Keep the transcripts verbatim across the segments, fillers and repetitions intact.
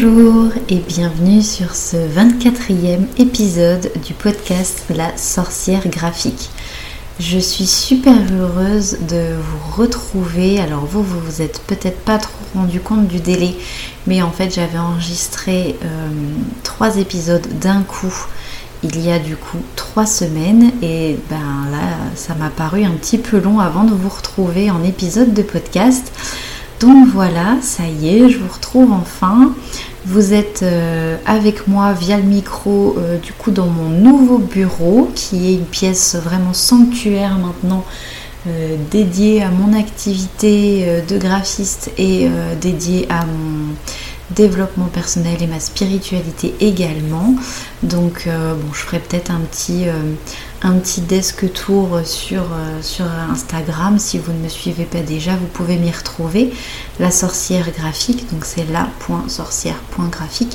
Bonjour et bienvenue sur ce vingt-quatrième épisode du podcast La sorcière graphique. Je suis super heureuse de vous retrouver. Alors vous, vous vous êtes peut-être pas trop rendu compte du délai, mais en fait j'avais enregistré euh, trois épisodes d'un coup il y a du coup trois semaines et ben là ça m'a paru un petit peu long avant de vous retrouver en épisode de podcast. Donc voilà, ça y est, je vous retrouve enfin. Vous êtes euh, avec moi via le micro euh, du coup dans mon nouveau bureau qui est une pièce vraiment sanctuaire maintenant euh, dédiée à mon activité euh, de graphiste et euh, dédiée à mon développement personnel et ma spiritualité également. Donc euh, bon, je ferai peut-être un petit euh, un petit desk tour sur, euh, sur Instagram. Si vous ne me suivez pas déjà, vous pouvez m'y retrouver. La sorcière graphique, donc c'est la.sorcière.graphique.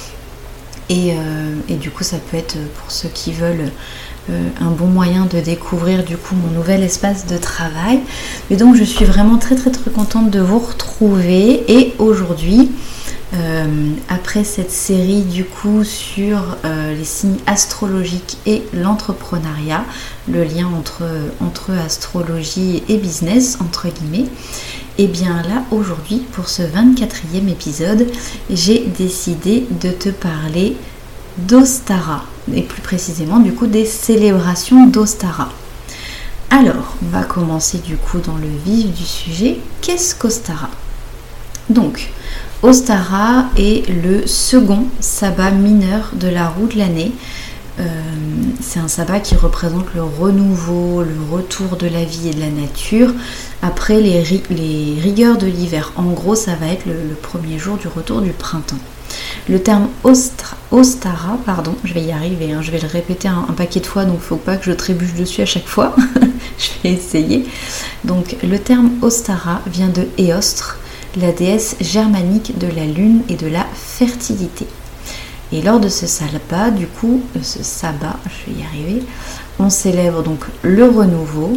Et, euh, et du coup, ça peut être pour ceux qui veulent euh, un bon moyen de découvrir du coup mon nouvel espace de travail. Et donc, je suis vraiment très très très contente de vous retrouver. Et aujourd'hui, Euh, après cette série du coup sur euh, les signes astrologiques et l'entrepreneuriat, le lien entre, entre astrologie et business entre guillemets, et bien là aujourd'hui pour ce vingt-quatrième épisode j'ai décidé de te parler d'Ostara et plus précisément du coup des célébrations d'Ostara. Alors on va commencer du coup dans le vif du sujet. Qu'est-ce qu'Ostara ? Donc Ostara est le second sabbat mineur de la roue de l'année. Euh, c'est un sabbat qui représente le renouveau, le retour de la vie et de la nature après les, ri- les rigueurs de l'hiver. En gros, ça va être le, le premier jour du retour du printemps. Le terme Ostra, Ostara, pardon, je vais y arriver, hein, je vais le répéter un, un paquet de fois, donc il ne faut pas que je trébuche dessus à chaque fois. Je vais essayer. Donc, le terme Ostara vient de Eostre, la déesse germanique de la lune et de la fertilité. Et lors de ce sabbat, du coup, ce sabbat, je vais y arriver, on célèbre donc le renouveau,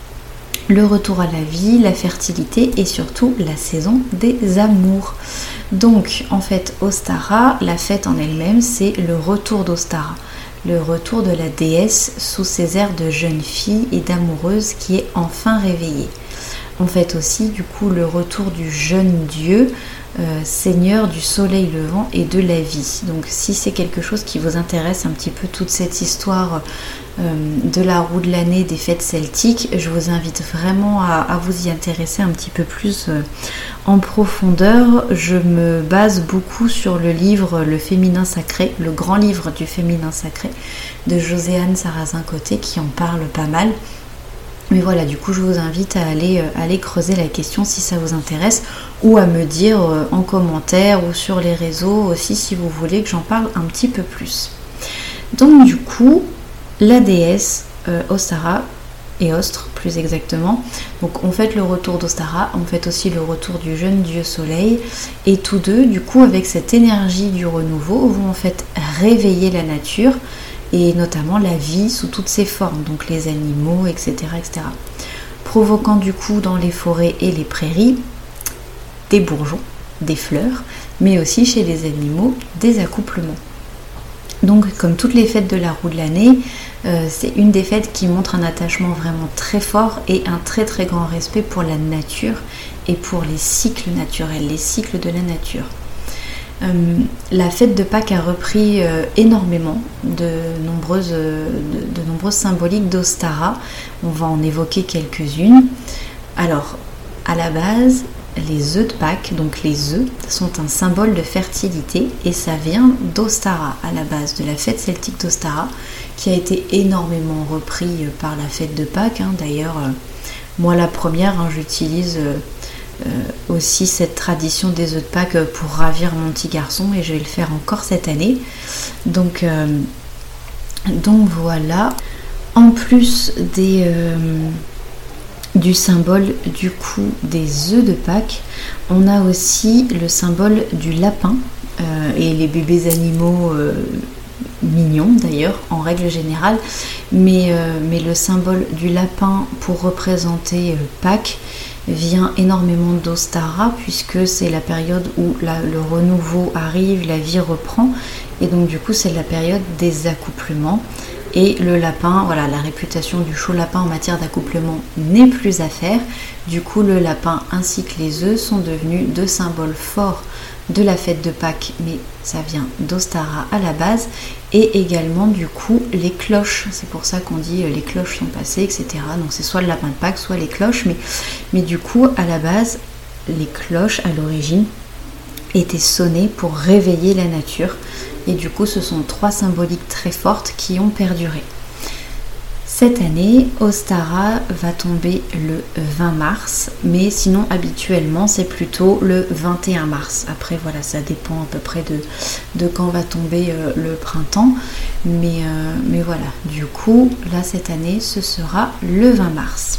le retour à la vie, la fertilité et surtout la saison des amours. Donc, en fait, Ostara, la fête en elle-même, c'est le retour d'Ostara, le retour de la déesse sous ses airs de jeune fille et d'amoureuse qui est enfin réveillée. On fête aussi du coup le retour du jeune dieu, euh, seigneur du soleil levant et de la vie. Donc si c'est quelque chose qui vous intéresse un petit peu toute cette histoire euh, de la roue de l'année des fêtes celtiques, je vous invite vraiment à, à vous y intéresser un petit peu plus euh, en profondeur. Je me base beaucoup sur le livre Le féminin sacré, le grand livre du féminin sacré de Joséanne Sarrazin-Côté qui en parle pas mal. Mais voilà, du coup, je vous invite à aller, euh, aller creuser la question si ça vous intéresse ou à me dire euh, en commentaire ou sur les réseaux aussi si vous voulez que j'en parle un petit peu plus. Donc du coup, la déesse euh, Ostara, Eostre plus exactement, donc on fête le retour d'Ostara, on fête aussi le retour du jeune dieu soleil et tous deux, du coup, avec cette énergie du renouveau, vont en fait réveiller la nature et notamment la vie sous toutes ses formes, donc les animaux, et cetera, et cetera. Provoquant du coup dans les forêts et les prairies des bourgeons, des fleurs, mais aussi chez les animaux des accouplements. Donc comme toutes les fêtes de la roue de l'année, euh, c'est une des fêtes qui montre un attachement vraiment très fort et un très très grand respect pour la nature et pour les cycles naturels, les cycles de la nature. Euh, la fête de Pâques a repris euh, énormément de nombreuses, euh, de, de nombreuses symboliques d'Ostara. On va en évoquer quelques-unes. Alors, à la base, les œufs de Pâques, donc les œufs, sont un symbole de fertilité et ça vient d'Ostara, à la base, de la fête celtique d'Ostara, qui a été énormément repris par la fête de Pâques. Hein. D'ailleurs, euh, moi la première, hein, j'utilise... Euh, Euh, aussi cette tradition des œufs de Pâques pour ravir mon petit garçon et je vais le faire encore cette année. Donc, euh, donc voilà. En plus des, euh, du symbole du coup des œufs de Pâques, on a aussi le symbole du lapin euh, et les bébés animaux euh, mignon d'ailleurs en règle générale, mais, euh, mais le symbole du lapin pour représenter euh, Pâques vient énormément d'Ostara, puisque c'est la période où la, le renouveau arrive, la vie reprend, et donc du coup c'est la période des accouplements. Et le lapin, voilà, la réputation du chaud lapin en matière d'accouplement n'est plus à faire. Du coup, le lapin ainsi que les œufs sont devenus deux symboles forts de la fête de Pâques, mais ça vient d'Ostara à la base. Et également, du coup, les cloches. C'est pour ça qu'on dit les cloches sont passées, et cetera. Donc c'est soit le lapin de Pâques, soit les cloches. Mais, mais du coup, à la base, les cloches, à l'origine, étaient sonnées pour réveiller la nature. Et du coup, ce sont trois symboliques très fortes qui ont perduré. Cette année, Ostara va tomber le vingt mars, mais sinon, habituellement, c'est plutôt le vingt et un mars. Après, voilà, ça dépend à peu près de, de quand va tomber euh, le printemps. Mais, euh, mais voilà, du coup, là, cette année, ce sera le vingt mars.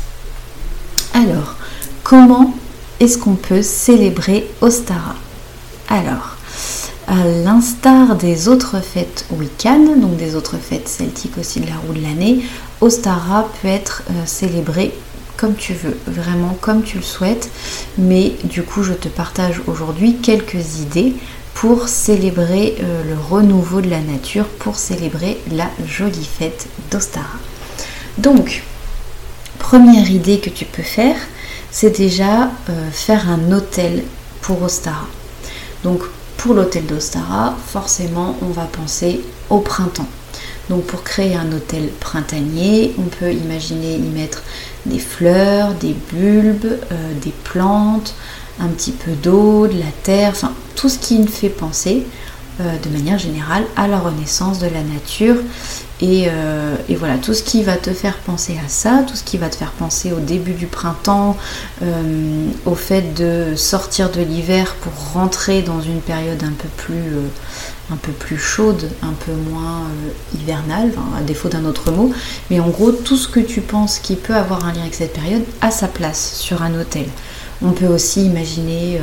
Alors, comment est-ce qu'on peut célébrer Ostara ? Alors, à l'instar des autres fêtes wiccanes, donc des autres fêtes celtiques aussi de la roue de l'année, Ostara peut être euh, célébré comme tu veux, vraiment comme tu le souhaites, mais du coup je te partage aujourd'hui quelques idées pour célébrer euh, le renouveau de la nature, pour célébrer la jolie fête d'Ostara. Donc, première idée que tu peux faire, c'est déjà euh, faire un autel pour Ostara. Donc, pour l'autel d'Ostara, forcément, on va penser au printemps. Donc pour créer un autel printanier, on peut imaginer y mettre des fleurs, des bulbes, euh, des plantes, un petit peu d'eau, de la terre, enfin tout ce qui nous fait penser euh, de manière générale à la renaissance de la nature. Et, euh, et voilà, tout ce qui va te faire penser à ça, tout ce qui va te faire penser au début du printemps, euh, au fait de sortir de l'hiver pour rentrer dans une période un peu plus, euh, un peu plus chaude, un peu moins euh, hivernale, enfin, à défaut d'un autre mot. Mais en gros, tout ce que tu penses qui peut avoir un lien avec cette période a sa place sur un autel. On peut aussi imaginer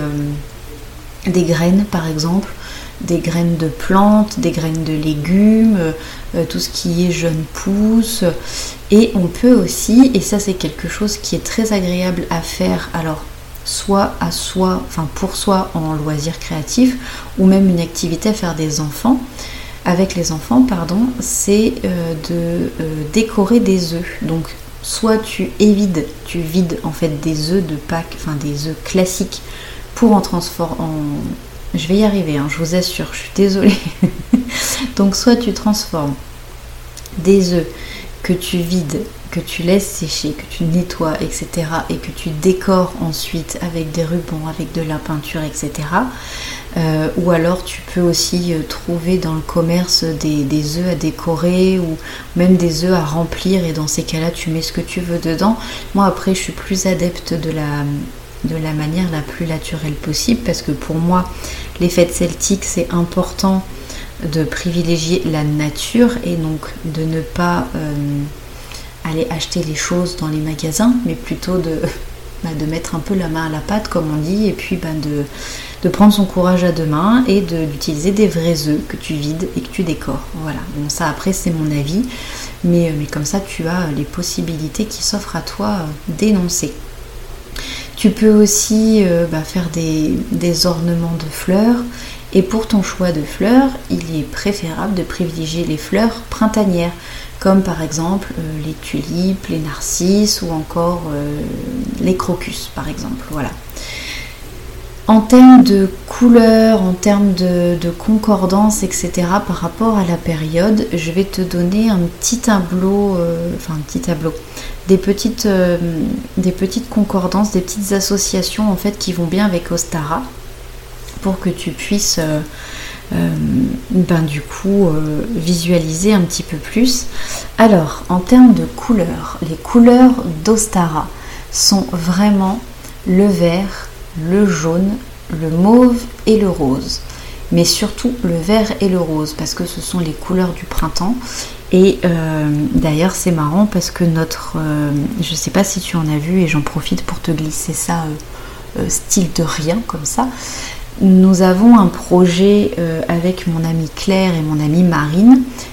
euh, des graines, par exemple, des graines de plantes, des graines de légumes, euh, tout ce qui est jeune pousse. Et on peut aussi, et ça c'est quelque chose qui est très agréable à faire, alors soit à soi, enfin pour soi en loisir créatif, ou même une activité à faire des enfants, avec les enfants, pardon, c'est euh, de euh, décorer des œufs. Donc soit tu évides, tu vides en fait des œufs de Pâques, enfin des œufs classiques pour en transformer en... Je vais y arriver, hein, je vous assure, je suis désolée. Donc soit tu transformes des œufs que tu vides, que tu laisses sécher, que tu nettoies, et cetera, et que tu décores ensuite avec des rubans, avec de la peinture, et cetera. Euh, ou alors tu peux aussi trouver dans le commerce des, des œufs à décorer ou même des œufs à remplir, et dans ces cas-là tu mets ce que tu veux dedans. Moi après je suis plus adepte de la... de la manière la plus naturelle possible, parce que pour moi les fêtes celtiques c'est important de privilégier la nature et donc de ne pas euh, aller acheter les choses dans les magasins, mais plutôt de, bah, de mettre un peu la main à la pâte comme on dit, et puis bah, de, de prendre son courage à deux mains et de, d'utiliser des vrais œufs que tu vides et que tu décores. Voilà, bon ça après c'est mon avis, mais, mais comme ça tu as les possibilités qui s'offrent à toi euh, d'énoncer. Tu peux aussi euh, bah, faire des, des ornements de fleurs, et pour ton choix de fleurs, il est préférable de privilégier les fleurs printanières, comme par exemple euh, les tulipes, les narcisses ou encore euh, les crocus par exemple. Voilà. En termes de couleurs, en termes de, de concordance, et cetera, par rapport à la période, je vais te donner un petit tableau, euh, enfin un petit tableau, des petites, euh, des petites concordances, des petites associations en fait qui vont bien avec Ostara, pour que tu puisses euh, euh, ben, du coup euh, visualiser un petit peu plus. Alors, en termes de couleurs, les couleurs d'Ostara sont vraiment le vert, le jaune, le mauve et le rose, mais surtout le vert et le rose parce que ce sont les couleurs du printemps. Et euh, d'ailleurs c'est marrant parce que notre euh, je sais pas si tu en as vu, et j'en profite pour te glisser ça euh, euh, style de rien comme ça, nous avons un projet euh, avec mon amie Claire et mon amie Marine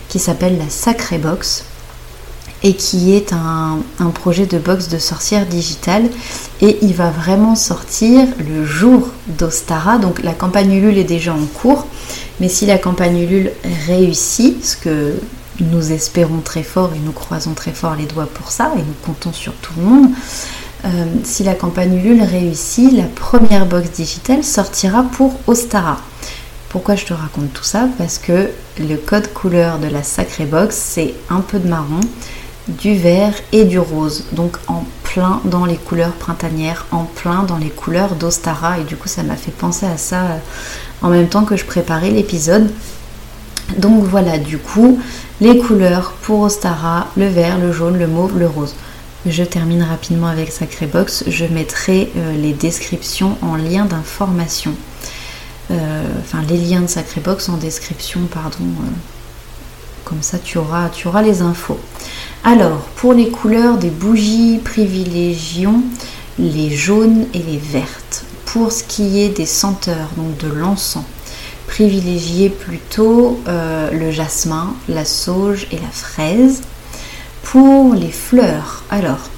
qui s'appelle la Sacrée Box et qui est un, un projet de box de sorcière digitale, et il va vraiment sortir le jour d'Ostara. Donc la campagne Ulule est déjà en cours, mais si la campagne Ulule réussit, ce que nous espérons très fort et nous croisons très fort les doigts pour ça et nous comptons sur tout le monde, euh, si la campagne Ulule réussit, la première box digitale sortira pour Ostara. Pourquoi je te raconte tout ça? Parce que le code couleur de la Sacrée Box, c'est un peu de marron, du vert et du rose, donc en plein dans les couleurs printanières, en plein dans les couleurs d'Ostara, et du coup ça m'a fait penser à ça euh, en même temps que je préparais l'épisode. Donc voilà, du coup les couleurs pour Ostara, le vert, le jaune, le mauve, le rose. Je termine rapidement avec Sacrée Box, je mettrai euh, les descriptions en lien d'information, euh, enfin les liens de Sacrée Box en description, pardon, euh, comme ça tu auras, tu auras les infos. Alors, pour les couleurs des bougies, privilégions les jaunes et les vertes. Pour ce qui est des senteurs, donc de l'encens, privilégiez plutôt euh, le jasmin, la sauge et la fraise. Pour les fleurs, alors,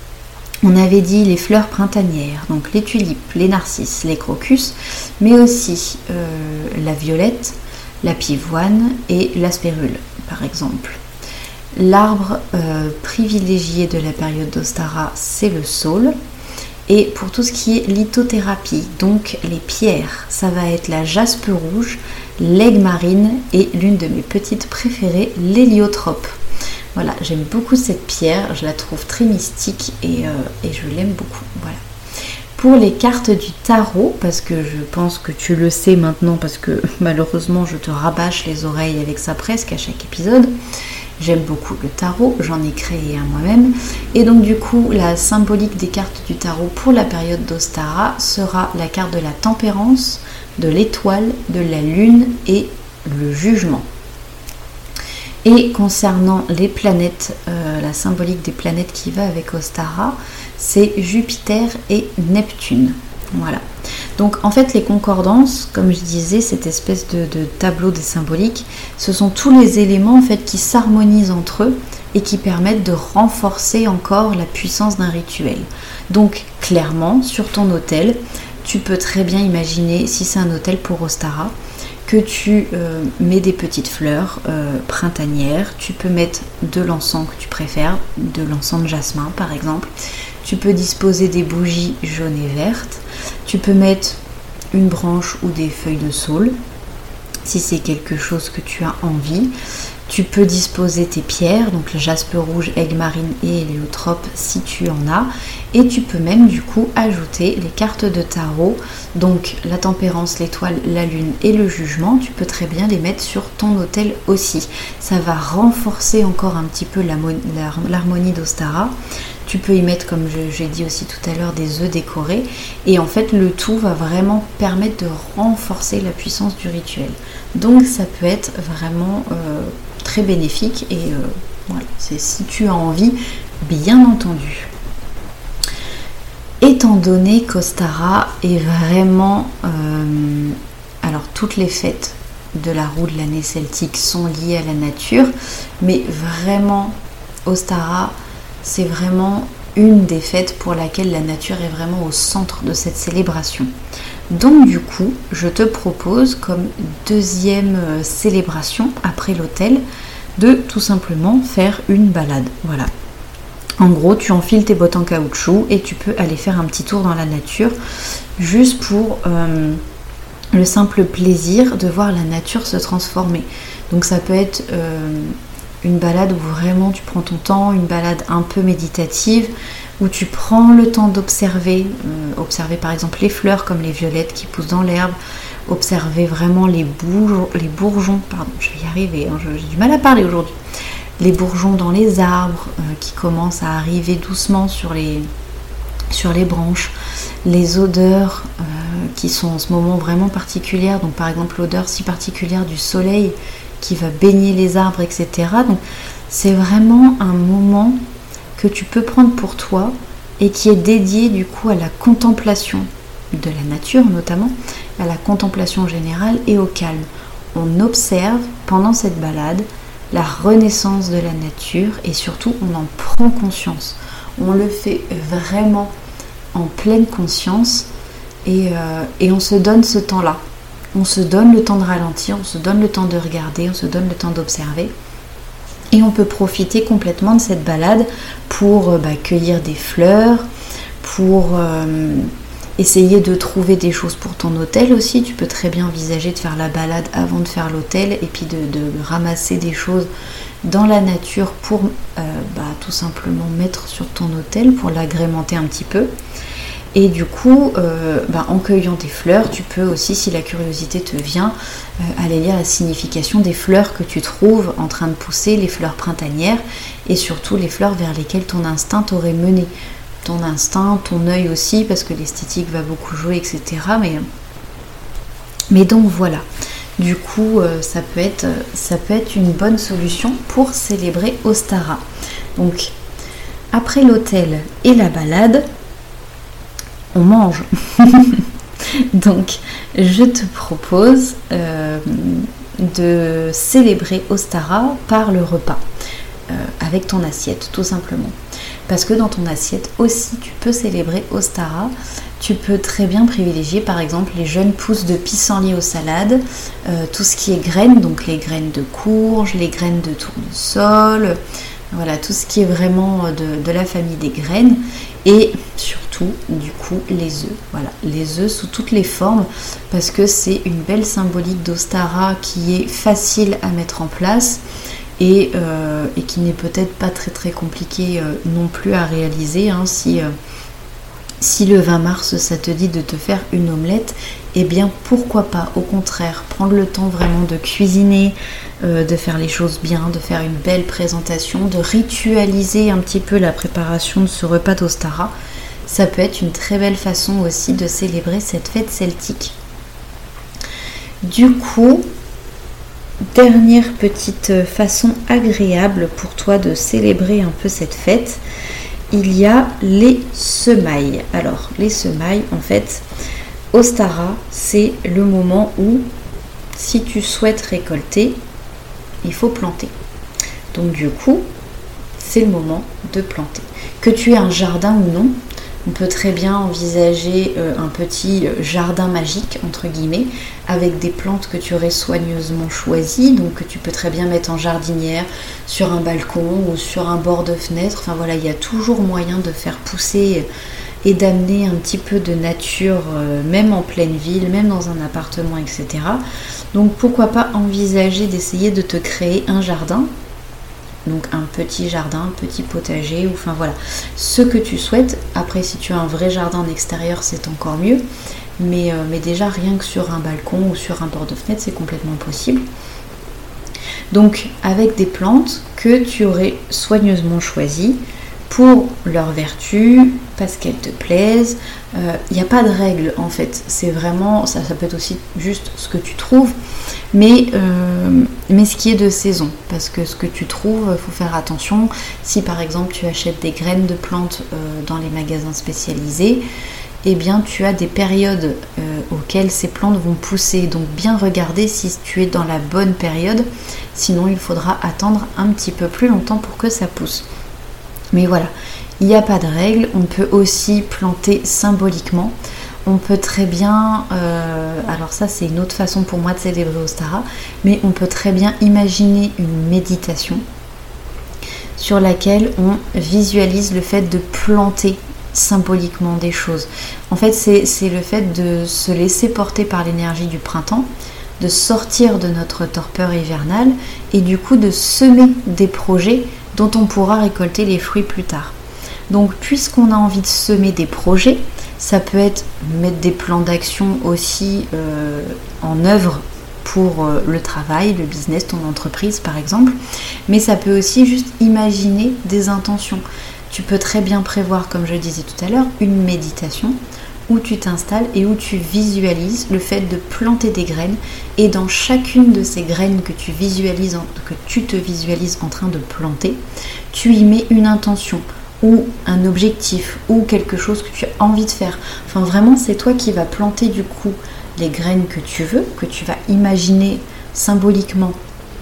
on avait dit les fleurs printanières, donc les tulipes, les narcisses, les crocus, mais aussi euh, la violette, la pivoine et l'aspérule, par exemple. L'arbre euh, privilégié de la période d'Ostara, c'est le saule. Et pour tout ce qui est lithothérapie, donc les pierres, ça va être la jaspe rouge, l'aigle marine et l'une de mes petites préférées, l'héliotrope. Voilà, j'aime beaucoup cette pierre, je la trouve très mystique et, euh, et je l'aime beaucoup. Voilà. Pour les cartes du tarot, parce que je pense que tu le sais maintenant, parce que malheureusement je te rabâche les oreilles avec ça presque à chaque épisode. J'aime beaucoup le tarot, j'en ai créé un moi-même. Et donc du coup, la symbolique des cartes du tarot pour la période d'Ostara sera la carte de la tempérance, de l'étoile, de la lune et le jugement. Et concernant les planètes, euh, la symbolique des planètes qui va avec Ostara, c'est Jupiter et Neptune. Voilà. Donc en fait les concordances, comme je disais, cette espèce de, de tableau des symboliques, ce sont tous les éléments en fait qui s'harmonisent entre eux et qui permettent de renforcer encore la puissance d'un rituel. Donc clairement sur ton autel, tu peux très bien imaginer, si c'est un autel pour Ostara, que tu euh, mets des petites fleurs euh, printanières, tu peux mettre de l'encens que tu préfères, de l'encens de jasmin par exemple, tu peux disposer des bougies jaunes et vertes, tu peux mettre une branche ou des feuilles de saule si c'est quelque chose que tu as envie. Tu peux disposer tes pierres, donc le jaspe rouge, aigle marine et héliotrope si tu en as. Et tu peux même du coup ajouter les cartes de tarot, donc la tempérance, l'étoile, la lune et le jugement. Tu peux très bien les mettre sur ton autel aussi. Ça va renforcer encore un petit peu l'harmonie d'Ostara. Tu peux y mettre, comme j'ai dit aussi tout à l'heure, des œufs décorés. Et en fait, le tout va vraiment permettre de renforcer la puissance du rituel. Donc ça peut être vraiment euh, très bénéfique. Et euh, voilà, c'est si tu as envie, bien entendu. Étant donné qu'Ostara est vraiment... Euh, alors, toutes les fêtes de la roue de l'année celtique sont liées à la nature. Mais vraiment, Ostara... c'est vraiment une des fêtes pour laquelle la nature est vraiment au centre de cette célébration. Donc du coup, je te propose comme deuxième célébration après l'autel de tout simplement faire une balade. Voilà. En gros, tu enfiles tes bottes en caoutchouc et tu peux aller faire un petit tour dans la nature juste pour euh, le simple plaisir de voir la nature se transformer. Donc ça peut être... Euh, une balade où vraiment tu prends ton temps, une balade un peu méditative, où tu prends le temps d'observer, euh, observer par exemple les fleurs comme les violettes qui poussent dans l'herbe, observer vraiment les, bourgeons, les bourgeons, pardon, je vais y arriver, hein, j'ai du mal à parler aujourd'hui, les bourgeons dans les arbres euh, qui commencent à arriver doucement sur les, sur les branches, les odeurs euh, qui sont en ce moment vraiment particulières, donc par exemple l'odeur si particulière du soleil qui va baigner les arbres, et cetera. Donc c'est vraiment un moment que tu peux prendre pour toi et qui est dédié du coup à la contemplation de la nature notamment, à la contemplation générale et au calme. On observe pendant cette balade la renaissance de la nature et surtout on en prend conscience. On le fait vraiment en pleine conscience et, euh, et on se donne ce temps-là. On se donne le temps de ralentir, on se donne le temps de regarder, on se donne le temps d'observer. Et on peut profiter complètement de cette balade pour bah, cueillir des fleurs, pour euh, essayer de trouver des choses pour ton hôtel aussi. Tu peux très bien envisager de faire la balade avant de faire l'hôtel et puis de, de ramasser des choses dans la nature pour euh, bah, tout simplement mettre sur ton hôtel, pour l'agrémenter un petit peu. Et du coup, euh, bah, en cueillant des fleurs, tu peux aussi, si la curiosité te vient, euh, aller lire la signification des fleurs que tu trouves en train de pousser, les fleurs printanières, et surtout les fleurs vers lesquelles ton instinct t'aurait mené. Ton instinct, ton œil aussi, parce que l'esthétique va beaucoup jouer, et cetera. Mais, mais donc voilà. Du coup, euh, ça peut être, ça peut être une bonne solution pour célébrer Ostara. Donc, après l'hôtel et la balade, on mange. Donc, je te propose euh, de célébrer Ostara par le repas, euh, avec ton assiette, tout simplement. Parce que dans ton assiette aussi, tu peux célébrer Ostara. Tu peux très bien privilégier, par exemple, les jeunes pousses de pissenlit aux salades, euh, tout ce qui est graines, donc les graines de courge, les graines de tournesol, voilà, tout ce qui est vraiment de, de la famille des graines. Et surtout, du coup, les œufs. Voilà, les œufs sous toutes les formes, parce que c'est une belle symbolique d'Ostara qui est facile à mettre en place et, euh, et qui n'est peut-être pas très très compliqué euh, non plus à réaliser. Hein, si, euh, si le vingt mars, ça te dit de te faire une omelette, eh bien pourquoi pas, au contraire, prendre le temps vraiment de cuisiner, euh, de faire les choses bien, de faire une belle présentation, de ritualiser un petit peu la préparation de ce repas d'Ostara. Ça peut être une très belle façon aussi de célébrer cette fête celtique. Du coup, dernière petite façon agréable pour toi de célébrer un peu cette fête, il y a les semailles. Alors, les semailles, en fait, Ostara, c'est le moment où, si tu souhaites récolter, il faut planter. Donc du coup, c'est le moment de planter. Que tu aies un jardin ou non, on peut très bien envisager euh, un petit jardin magique, entre guillemets, avec des plantes que tu aurais soigneusement choisies, donc que tu peux très bien mettre en jardinière, sur un balcon ou sur un bord de fenêtre. Enfin voilà, il y a toujours moyen de faire pousser et d'amener un petit peu de nature, euh, même en pleine ville, même dans un appartement, et cetera. Donc pourquoi pas envisager d'essayer de te créer un jardin, donc un petit jardin, un petit potager, ou enfin voilà, ce que tu souhaites. Après, si tu as un vrai jardin en extérieur, c'est encore mieux, mais, euh, mais déjà rien que sur un balcon ou sur un bord de fenêtre, c'est complètement possible. Donc avec des plantes que tu aurais soigneusement choisies, pour leurs vertus, parce qu'elles te plaisent. Il euh, n'y a pas de règle en fait, c'est vraiment, ça, ça peut être aussi juste ce que tu trouves, mais, euh, mais ce qui est de saison, parce que ce que tu trouves, il faut faire attention. Si par exemple tu achètes des graines de plantes euh, dans les magasins spécialisés, eh bien tu as des périodes euh, auxquelles ces plantes vont pousser, donc bien regarder si tu es dans la bonne période, sinon il faudra attendre un petit peu plus longtemps pour que ça pousse. Mais voilà, il n'y a pas de règle. On peut aussi planter symboliquement. On peut très bien, euh, alors ça c'est une autre façon pour moi de célébrer Ostara, mais on peut très bien imaginer une méditation sur laquelle on visualise le fait de planter symboliquement des choses. En fait, c'est, c'est le fait de se laisser porter par l'énergie du printemps, de sortir de notre torpeur hivernale et du coup de semer des projets dont on pourra récolter les fruits plus tard. Donc puisqu'on a envie de semer des projets, ça peut être mettre des plans d'action aussi euh, en œuvre pour euh, le travail, le business, ton entreprise par exemple, mais ça peut aussi juste imaginer des intentions. Tu peux très bien prévoir, comme je disais tout à l'heure, une méditation où tu t'installes et où tu visualises le fait de planter des graines, et dans chacune de ces graines que tu visualises, que tu te visualises en train de planter, tu y mets une intention ou un objectif ou quelque chose que tu as envie de faire. Enfin vraiment, c'est toi qui vas planter du coup les graines que tu veux, que tu vas imaginer symboliquement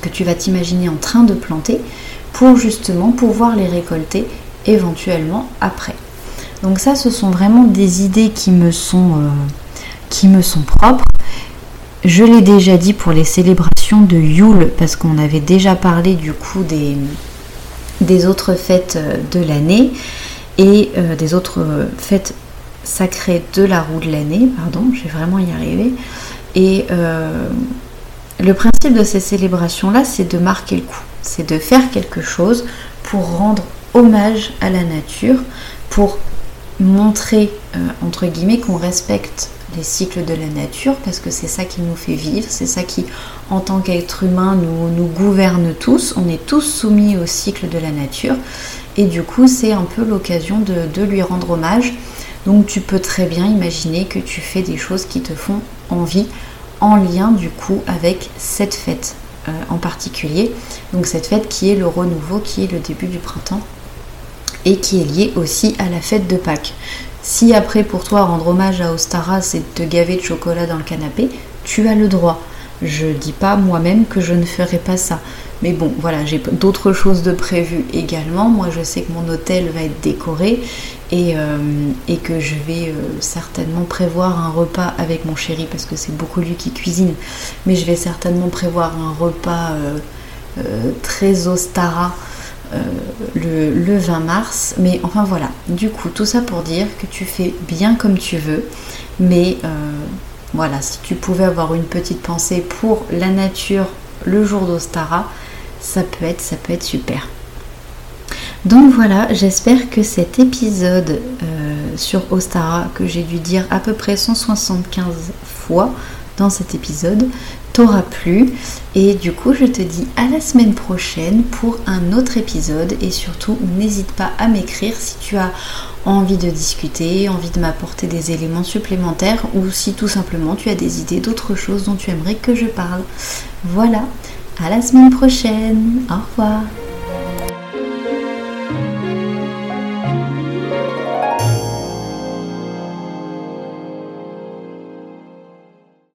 que tu vas t'imaginer en train de planter pour justement pouvoir les récolter éventuellement après. Donc ça, ce sont vraiment des idées qui me sont, euh, qui me sont propres. Je l'ai déjà dit pour les célébrations de Yule, parce qu'on avait déjà parlé du coup des, des autres fêtes de l'année et euh, des autres fêtes sacrées de la roue de l'année, pardon, je vais vraiment y arriver. Et euh, le principe de ces célébrations-là, c'est de marquer le coup, c'est de faire quelque chose pour rendre hommage à la nature, pour montrer, euh, entre guillemets, qu'on respecte les cycles de la nature, parce que c'est ça qui nous fait vivre, c'est ça qui, en tant qu'être humain, nous, nous gouverne tous. On est tous soumis au cycle de la nature, et du coup, c'est un peu l'occasion de, de lui rendre hommage. Donc, tu peux très bien imaginer que tu fais des choses qui te font envie, en lien, du coup, avec cette fête euh, en particulier. Donc, cette fête qui est le renouveau, qui est le début du printemps, et qui est liée aussi à la fête de Pâques. Si après pour toi rendre hommage à Ostara c'est de te gaver de chocolat dans le canapé, tu as le droit. Je dis pas moi-même que je ne ferai pas ça. Mais bon, voilà, j'ai d'autres choses de prévues également. Moi je sais que mon hôtel va être décoré et, euh, et que je vais euh, certainement prévoir un repas avec mon chéri parce que c'est beaucoup lui qui cuisine. Mais je vais certainement prévoir un repas euh, euh, très Ostara Euh, le, le vingt mars, mais enfin voilà, du coup tout ça pour dire que tu fais bien comme tu veux, mais euh, voilà, si tu pouvais avoir une petite pensée pour la nature le jour d'Ostara, ça peut être, ça peut être super. Donc voilà, j'espère que cet épisode euh, sur Ostara, que j'ai dû dire à peu près cent soixante-quinze fois dans cet épisode, t'aura plu, et du coup je te dis à la semaine prochaine pour un autre épisode, et surtout n'hésite pas à m'écrire si tu as envie de discuter, envie de m'apporter des éléments supplémentaires, ou si tout simplement tu as des idées d'autres choses dont tu aimerais que je parle. Voilà, à la semaine prochaine, au revoir.